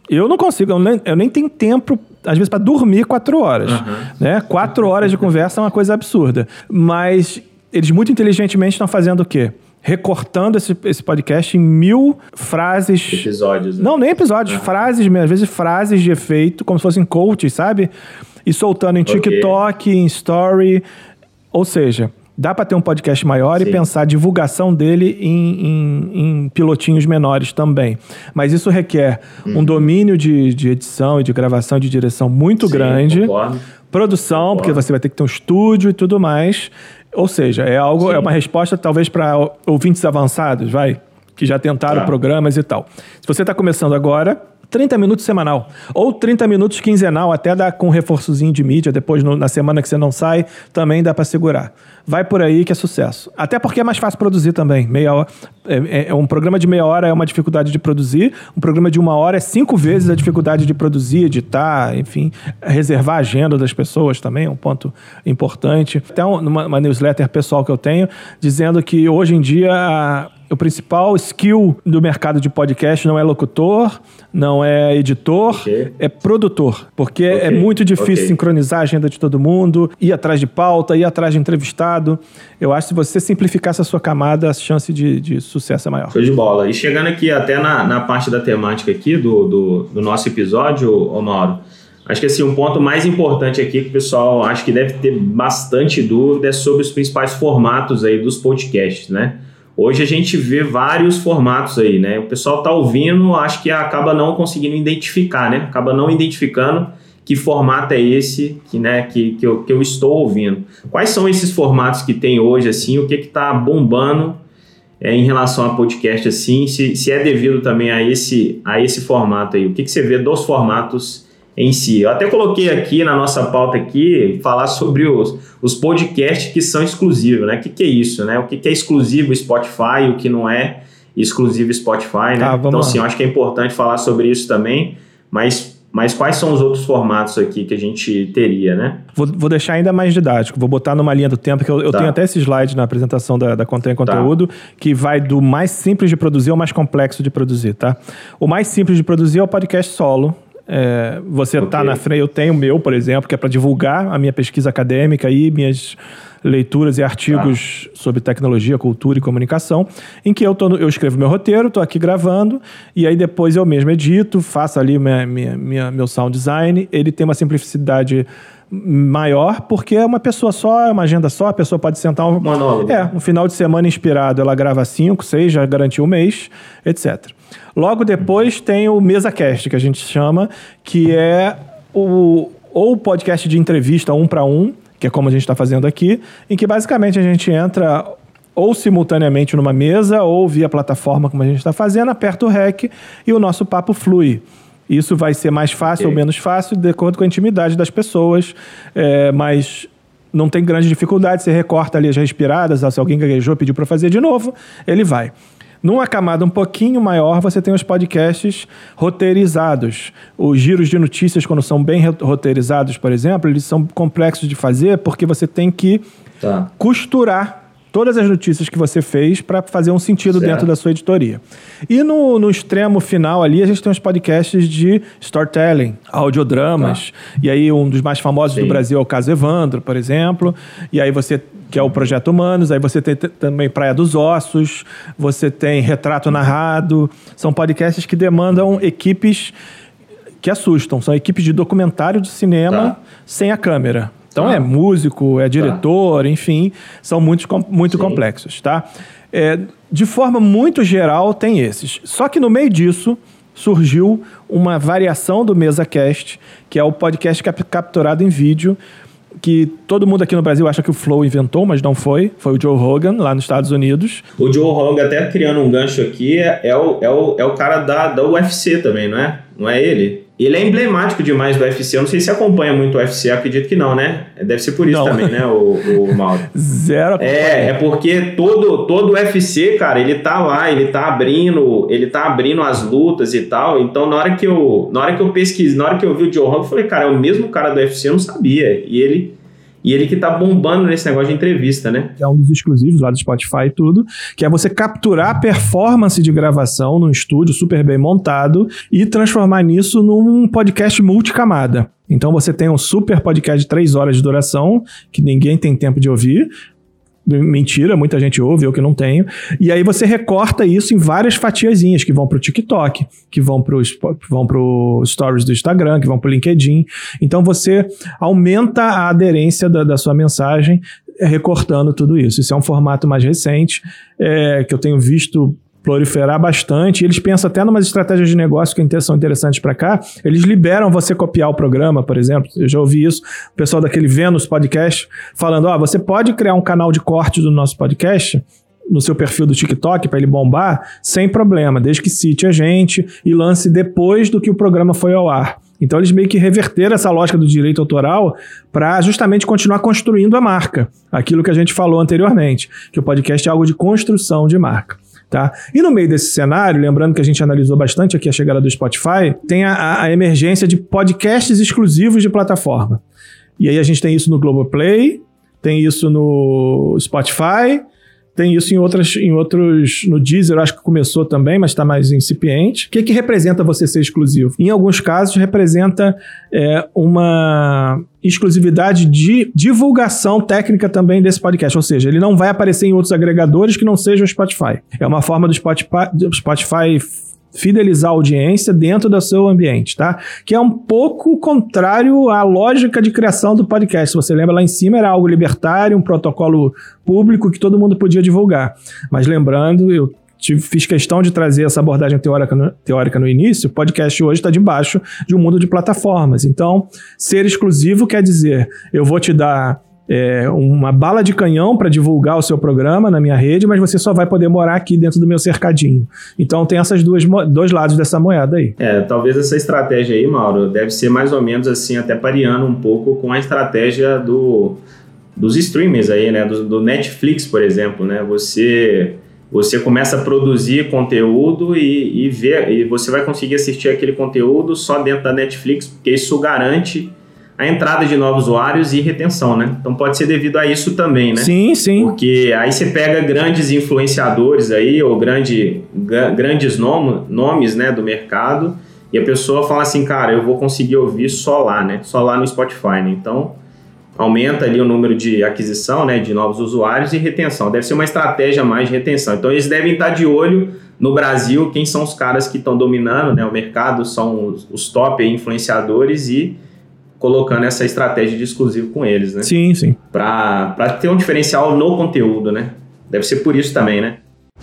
Eu não consigo, eu nem, eu nem tenho tempo, às vezes, para dormir quatro horas. Uhum. Né? Quatro horas de conversa é uma coisa absurda. Mas eles muito inteligentemente estão fazendo o quê? Recortando esse, esse podcast em mil frases... Episódios. Né? Não, nem episódios, uhum. frases mesmo. Às vezes frases de efeito, como se fossem coaches, sabe? E soltando em TikTok, okay. em Story. Ou seja... Dá para ter um podcast maior Sim. e pensar a divulgação dele em, em, em pilotinhos menores também. Mas isso requer uhum. um domínio de, de edição e de gravação e de direção muito Sim, grande. Concordo. Produção, concordo. Porque você vai ter que ter um estúdio e tudo mais. Ou seja, é algo, Sim. é uma resposta talvez para ouvintes avançados, vai? Que já tentaram tá. programas e tal. Se você está começando agora... trinta minutos semanal, ou trinta minutos quinzenal, até dá com um reforçozinho de mídia, depois no, na semana que você não sai, também dá para segurar. Vai por aí que é sucesso. Até porque é mais fácil produzir também. Meia hora, é, é, um programa de meia hora é uma dificuldade de produzir, um programa de uma hora é cinco vezes a dificuldade de produzir, editar, enfim, reservar a agenda das pessoas também é um ponto importante. Até uma, uma newsletter pessoal que eu tenho, dizendo que hoje em dia... A, o principal skill do mercado de podcast não é locutor, não é editor, okay. é produtor. Porque okay. é muito difícil okay. sincronizar a agenda de todo mundo, ir atrás de pauta, ir atrás de entrevistado. Eu acho que se você simplificar essa sua camada, a chance de, de sucesso é maior. Show de bola. E chegando aqui até na, na parte da temática aqui do, do, do nosso episódio, ô Mauro, acho que assim, um ponto mais importante aqui que o pessoal acho que deve ter bastante dúvida é sobre os principais formatos aí dos podcasts, né? Hoje a gente vê vários formatos aí, né? O pessoal tá ouvindo, acho que acaba não conseguindo identificar, né? Acaba não identificando que formato é esse que, né, que, que, eu, que eu estou ouvindo. Quais são esses formatos que tem hoje, assim? O que que tá bombando é, em relação a podcast, assim? Se, se é devido também a esse, a esse formato aí. O que que você vê dos formatos em si? Eu até coloquei aqui na nossa pauta aqui, falar sobre os, os podcasts que são exclusivos, né? O que, que é isso, né? O que, que é exclusivo Spotify e o que não é exclusivo Spotify, né? Ah, então, assim, eu acho que é importante falar sobre isso também, mas, mas quais são os outros formatos aqui que a gente teria, né? Vou, vou deixar ainda mais didático, vou botar numa linha do tempo, que eu, eu tá. tenho até esse slide na apresentação da, da Contém Conteúdo, tá. que vai do mais simples de produzir ao mais complexo de produzir, tá? O mais simples de produzir é o podcast solo. É, você está okay. na frente, eu tenho o meu, por exemplo, que é para divulgar a minha pesquisa acadêmica e minhas leituras e artigos ah. sobre tecnologia, cultura e comunicação, em que eu, tô no, eu escrevo meu roteiro, estou aqui gravando, e aí depois eu mesmo edito, faço ali minha, minha, minha, meu sound design. Ele tem uma simplicidade maior, porque é uma pessoa só, é uma agenda só, a pessoa pode sentar um, monólogo. É, um final de semana inspirado, ela grava cinco, seis, já garantiu um mês, etcétera. Logo depois tem o MesaCast, que a gente chama, que é o, ou o podcast de entrevista um para um, que é como a gente está fazendo aqui, em que basicamente a gente entra ou simultaneamente numa mesa, ou via plataforma, como a gente está fazendo, aperta o REC e o nosso papo flui. Isso vai ser mais fácil okay. ou menos fácil, de acordo com a intimidade das pessoas, é, mas não tem grande dificuldade. Você recorta ali as respiradas, se alguém gaguejou, pediu para fazer de novo, ele vai. Numa camada um pouquinho maior, você tem os podcasts roteirizados. Os giros de notícias, quando são bem roteirizados, por exemplo, eles são complexos de fazer porque você tem que tá. costurar todas as notícias que você fez para fazer um sentido certo. Dentro da sua editoria. E no, no extremo final ali, a gente tem os podcasts de storytelling, audiodramas. Tá. E aí um dos mais famosos Sim. do Brasil é o Caso Evandro, por exemplo. E aí você... que é o Projeto Humanos, aí você tem t- também Praia dos Ossos, você tem Retrato Narrado, são podcasts que demandam equipes que assustam, são equipes de documentário de cinema tá. sem a câmera. Então tá. é músico, é diretor, tá. enfim, são muito, muito complexos, tá? É, de forma muito geral, tem esses. Só que no meio disso, surgiu uma variação do MesaCast, que é o podcast cap- capturado em vídeo, que todo mundo aqui no Brasil acha que o Flow inventou, mas não foi. Foi o Joe Rogan, lá nos Estados Unidos. O Joe Rogan, até criando um gancho aqui, é, é, o, é, o, é o cara da, da U F C também, não é? Não é ele? Ele é emblemático demais do U F C. Eu não sei se acompanha muito o U F C, acredito que não, né? Deve ser por isso não. também, né, o, o Mauro? Zero acompanha. É, é porque todo, todo U F C, cara, ele tá lá, ele tá abrindo, ele tá abrindo as lutas e tal. Então, na hora que eu, na hora que eu pesquisei, na hora que eu vi o Joe Rogan, eu falei, cara, é o mesmo cara do U F C, eu não sabia. E ele, E ele que tá bombando nesse negócio de entrevista, né? Que é um dos exclusivos lá do Spotify e tudo, que é você capturar a performance de gravação num estúdio super bem montado e transformar nisso num podcast multicamada. Então você tem um super podcast de três horas de duração, que ninguém tem tempo de ouvir. Mentira, muita gente ouve, eu que não tenho. E aí você recorta isso em várias fatiazinhas que vão pro TikTok, que vão pro, vão pro Stories do Instagram, que vão pro LinkedIn. Então você aumenta a aderência da, da sua mensagem recortando tudo isso. Isso é um formato mais recente, é, que eu tenho visto proliferar bastante. Eles pensam até em umas estratégias de negócio que são interessantes para cá. Eles liberam você copiar o programa, por exemplo. Eu já ouvi isso. O pessoal daquele Vênus Podcast falando, ó, você pode criar um canal de corte do nosso podcast no seu perfil do TikTok para ele bombar sem problema, desde que cite a gente e lance depois do que o programa foi ao ar. Então eles meio que reverteram essa lógica do direito autoral para justamente continuar construindo a marca. Aquilo que a gente falou anteriormente, que o podcast é algo de construção de marca. Tá? E no meio desse cenário, lembrando que a gente analisou bastante aqui a chegada do Spotify, tem a, a emergência de podcasts exclusivos de plataforma. E aí a gente tem isso no Globoplay, tem isso no Spotify, tem isso em outras, em outros, no Deezer, eu acho que começou também, mas está mais incipiente. O que, que representa você ser exclusivo? Em alguns casos, representa é, uma exclusividade de divulgação técnica também desse podcast, ou seja, ele não vai aparecer em outros agregadores que não sejam o Spotify. É uma forma do Spotify, do Spotify fidelizar a audiência dentro do seu ambiente, tá? Que é um pouco contrário à lógica de criação do podcast. Se você lembra, lá em cima era algo libertário, um protocolo público que todo mundo podia divulgar. Mas lembrando, eu tive, fiz questão de trazer essa abordagem teórica no, teórica no início, o podcast hoje está debaixo de um mundo de plataformas. Então, ser exclusivo quer dizer, eu vou te dar É uma bala de canhão para divulgar o seu programa na minha rede, mas você só vai poder morar aqui dentro do meu cercadinho. Então tem essas duas dois lados dessa moeda aí. É, talvez essa estratégia aí, Mauro, deve ser mais ou menos assim, até pareando um pouco com a estratégia do, dos streamers aí, né? Do, do Netflix, por exemplo, né? Você, você começa a produzir conteúdo e, e, ver, e você vai conseguir assistir aquele conteúdo só dentro da Netflix, porque isso garante a entrada de novos usuários e retenção, né? Então pode ser devido a isso também, né? Sim, sim. Porque aí você pega grandes influenciadores aí, ou grande, grandes nom- nomes, né, do mercado, e a pessoa fala assim, cara, eu vou conseguir ouvir só lá, né? Só lá no Spotify, né? Então aumenta ali o número de aquisição, né, de novos usuários e retenção. Deve ser uma estratégia mais de retenção. Então eles devem estar de olho no Brasil, quem são os caras que estão dominando, né, o mercado, são os, os top influenciadores e colocando essa estratégia de exclusivo com eles, né? Sim, sim. Para ter um diferencial no conteúdo, né? Deve ser por isso também, né?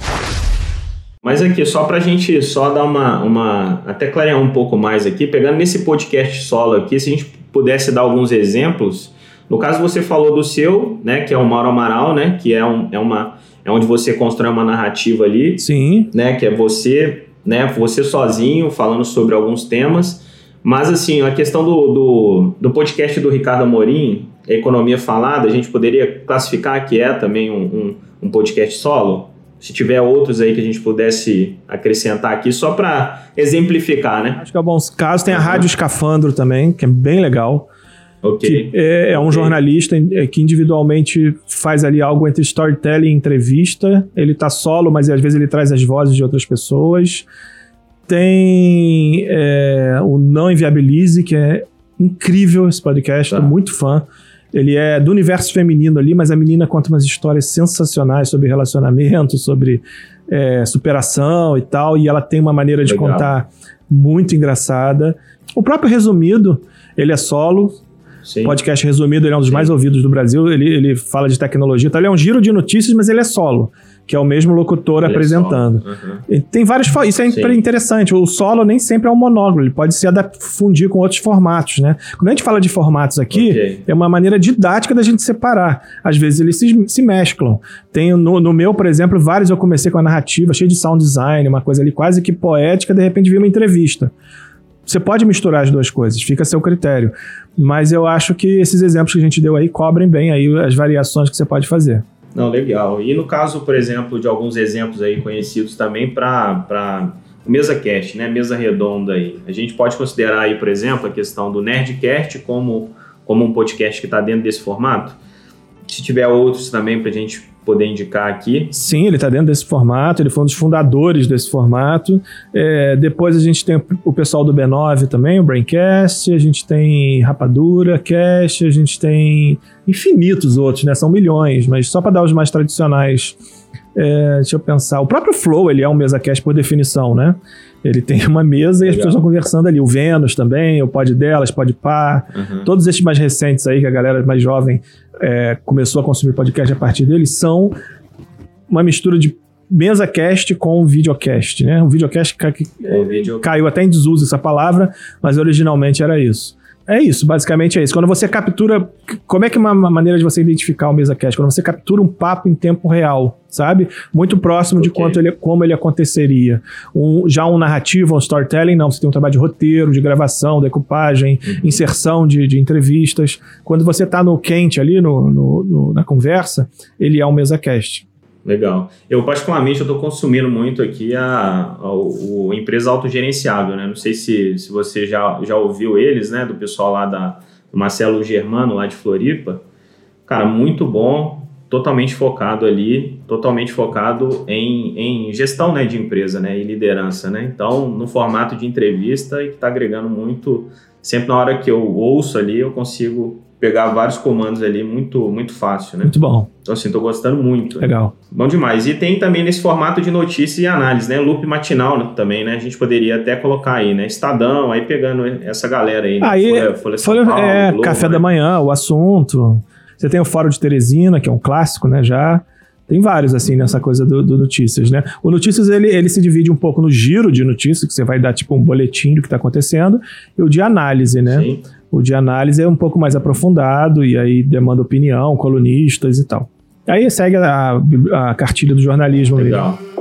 Mas aqui, só para a gente só dar uma, uma... até clarear um pouco mais aqui, pegando nesse podcast solo aqui, se a gente pudesse dar alguns exemplos. No caso, você falou do seu, né? Que é o Mauro Amaral, né? Que é, um, é, uma, é onde você constrói uma narrativa ali. Sim. Né? Que é você, né? Você sozinho, falando sobre alguns temas. Mas, assim, a questão do, do, do podcast do Ricardo Amorim, Economia Falada, a gente poderia classificar que é também um, um, um podcast solo? Se tiver outros aí que a gente pudesse acrescentar aqui, só para exemplificar, né? Acho que é bons casos. Tem a Rádio Escafandro também, que é bem legal. Ok. Que é, é um okay. jornalista que individualmente faz ali algo entre storytelling e entrevista. Ele tá solo, mas às vezes ele traz as vozes de outras pessoas. Tem é, o Não Inviabilize, que é incrível esse podcast, tá. Tô muito fã. Ele é do universo feminino ali, mas a menina conta umas histórias sensacionais sobre relacionamento, sobre é, superação e tal, e ela tem uma maneira de Legal. Contar muito engraçada. O próprio Resumido, ele é solo. Sim. Podcast Resumido, ele é um dos Sim. mais ouvidos do Brasil, ele, ele fala de tecnologia, então ele é um giro de notícias, mas ele é solo, que é o mesmo locutor ele apresentando. É uhum. Tem vários, isso é Sim. interessante, o solo nem sempre é um monólogo, ele pode se fundir com outros formatos, né? Quando a gente fala de formatos aqui, okay. é uma maneira didática da gente separar, às vezes eles se, se mesclam. Tem no, no meu, por exemplo, vários eu comecei com a narrativa, cheio de sound design, uma coisa ali quase que poética, de repente vi uma entrevista. Você pode misturar as duas coisas, fica a seu critério. Mas eu acho que esses exemplos que a gente deu aí cobrem bem aí as variações que você pode fazer. Não, legal. E no caso, por exemplo, de alguns exemplos aí conhecidos também para o MesaCast, né? Mesa redonda aí. A gente pode considerar aí, por exemplo, a questão do Nerdcast como como um podcast que está dentro desse formato? Se tiver outros também para a gente poder indicar aqui. Sim, ele está dentro desse formato, ele foi um dos fundadores desse formato. É, depois a gente tem o pessoal do B nove também, o Braincast, a gente tem Rapadura Cast, a gente tem infinitos outros, né? São milhões, mas só para dar os mais tradicionais. É, deixa eu pensar, o próprio Flow, ele é um MesaCast por definição, né? Ele tem uma mesa e Legal. As pessoas estão conversando ali. O Vênus também, o Pod Delas, Pod Pá, uhum. todos esses mais recentes aí, que a galera mais jovem é, começou a consumir podcast a partir deles, são uma mistura de MesaCast com videocast, né? O videocast ca- o video... caiu até em desuso essa palavra, mas originalmente era isso. É isso, basicamente é isso. Quando você captura... Como é que é uma maneira de você identificar o MesaCast? Quando você captura um papo em tempo real, sabe? Muito próximo okay. de quanto ele, como ele aconteceria. Um, já um narrativo, um storytelling, não. Você tem um trabalho de roteiro, de gravação, decupagem, uhum. inserção de, de entrevistas. Quando você está no quente ali, no, no, no, na conversa, ele é um MesaCast. Legal. Eu, particularmente, eu estou consumindo muito aqui a, a, o Empresa Autogerenciável, né? Não sei se, se você já, já ouviu eles, né? Do pessoal lá da, do Marcelo Germano, lá de Floripa. Cara, muito bom, totalmente focado ali, totalmente focado em, em gestão, né, de empresa, né? E liderança, né? Então, no formato de entrevista e que está agregando muito... Sempre na hora que eu ouço ali, eu consigo... pegar vários comandos ali muito, muito fácil, né? Muito bom. Então, assim, tô gostando muito. Legal. Bom demais. E tem também nesse formato de notícias e análise, né? Loop matinal, né? Também, né? A gente poderia até colocar aí, né? Estadão, aí pegando essa galera aí, né? Aí, Folha, Folha São Folha, Paulo, é, Globo, Café né? da Manhã, O Assunto. Você tem o Fórum de Teresina, que é um clássico, né? Já... Tem vários, assim, nessa coisa do, do Notícias, né? O Notícias, ele, ele se divide um pouco no giro de notícias, que você vai dar, tipo, um boletim do que está acontecendo, e o de análise, né? Sim. O de análise é um pouco mais aprofundado, e aí demanda opinião, colunistas e tal. Aí segue a, a cartilha do jornalismo. Legal. Mesmo.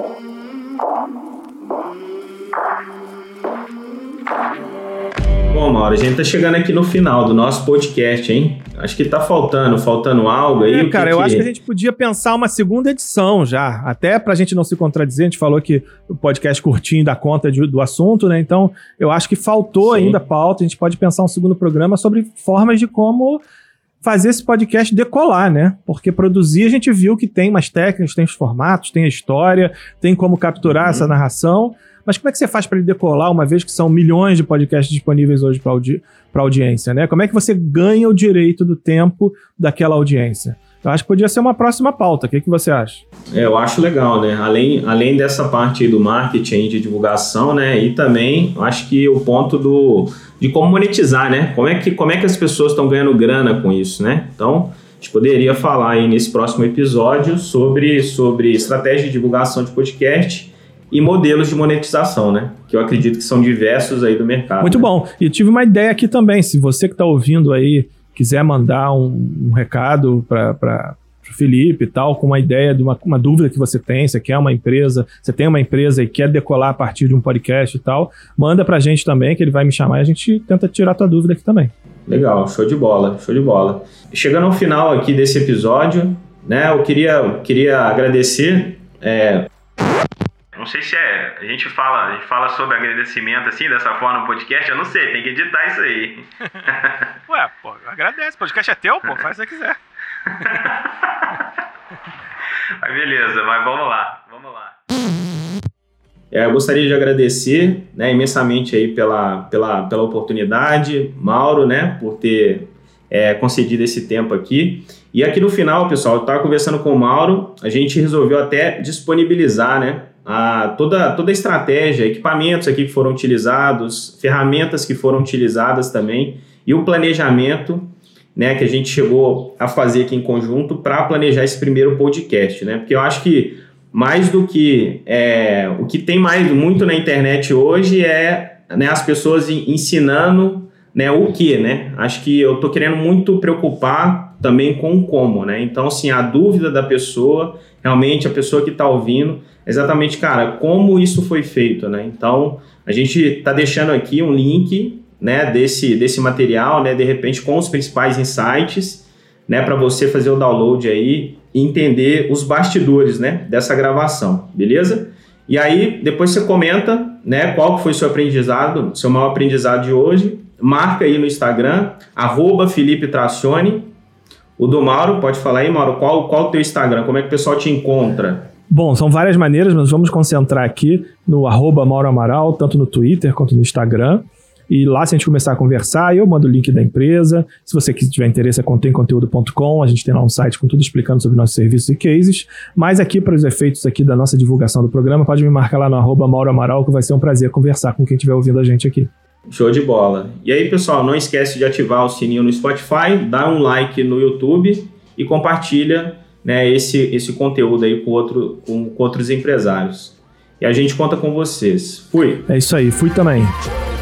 Bom, Mauro, a gente tá chegando aqui no final do nosso podcast, hein? Acho que tá faltando, faltando algo aí. É, o cara, que eu que... acho que a gente podia pensar uma segunda edição já, até pra gente não se contradizer, a gente falou que o podcast curtinho dá conta de, do assunto, né? Então, eu acho que faltou Sim. ainda pauta, a gente pode pensar um segundo programa sobre formas de como fazer esse podcast decolar, né? Porque produzir a gente viu que tem mais técnicas, tem os formatos, tem a história, tem como capturar uhum. essa narração. Mas como é que você faz para ele decolar, uma vez que são milhões de podcasts disponíveis hoje para audi- a audiência, né? Como é que você ganha o direito do tempo daquela audiência? Eu acho que podia ser uma próxima pauta. O que, que você acha? É, eu acho legal, né? Além, além dessa parte aí do marketing, de divulgação, né? E também, eu acho que o ponto do, de como monetizar, né? Como é que, como é que as pessoas estão ganhando grana com isso, né? Então, a gente poderia falar aí nesse próximo episódio sobre, sobre estratégia de divulgação de podcast e modelos de monetização, né? Que eu acredito que são diversos aí do mercado. Muito né? bom. E eu tive uma ideia aqui também. Se você que está ouvindo aí quiser mandar um, um recado para o Felipe e tal, com uma ideia de uma, uma dúvida que você tem, você quer uma empresa, você tem uma empresa e quer decolar a partir de um podcast e tal, manda para a gente também, que ele vai me chamar e a gente tenta tirar a tua dúvida aqui também. Legal, show de bola, show de bola. Chegando ao final aqui desse episódio, né? Eu queria, queria agradecer... É, não sei se é, a gente fala, a gente fala sobre agradecimento assim, dessa forma no podcast, eu não sei, tem que editar isso aí. Ué, pô, agradece, o podcast é teu, pô, faz o que você quiser. Mas beleza, mas vamos lá, vamos lá. É, eu gostaria de agradecer, né, imensamente aí pela, pela, pela oportunidade, Mauro, né, por ter é, concedido esse tempo aqui. E aqui no final, pessoal, eu estava conversando com o Mauro, a gente resolveu até disponibilizar, né, A, toda, toda a estratégia, equipamentos aqui que foram utilizados, ferramentas que foram utilizadas também e o planejamento, né, que a gente chegou a fazer aqui em conjunto para planejar esse primeiro podcast, né? Porque eu acho que mais do que é, o que tem mais muito na internet hoje é, né, as pessoas ensinando, né, o que, né? Acho que eu tô querendo muito preocupar também com o como, né? Então, assim, a dúvida da pessoa, realmente a pessoa que está ouvindo, exatamente, cara, como isso foi feito, né? Então, a gente está deixando aqui um link, né, desse, desse material, né, de repente com os principais insights, né, para você fazer o download aí e entender os bastidores, né, dessa gravação, beleza? E aí, depois você comenta, né, qual foi o seu aprendizado, seu maior aprendizado de hoje marca aí no Instagram, arroba Felipe Tracione. O do Mauro, pode falar aí, Mauro, qual, qual o teu Instagram? Como é que o pessoal te encontra? Bom, são várias maneiras, mas vamos concentrar aqui no arroba Mauro Amaral, tanto no Twitter quanto no Instagram. E lá, se a gente começar a conversar, eu mando o link da empresa. Se você tiver interesse, é contém conteúdo ponto com. A gente tem lá um site com tudo explicando sobre nossos serviços e cases. Mas aqui, para os efeitos aqui da nossa divulgação do programa, pode me marcar lá no arroba Mauro Amaral, que vai ser um prazer conversar com quem estiver ouvindo a gente aqui. Show de bola. E aí, pessoal, não esquece de ativar o sininho no Spotify, dá um like no YouTube e compartilha, né, esse, esse conteúdo aí com, outro, com, com outros empresários. E a gente conta com vocês. Fui! É isso aí, fui também.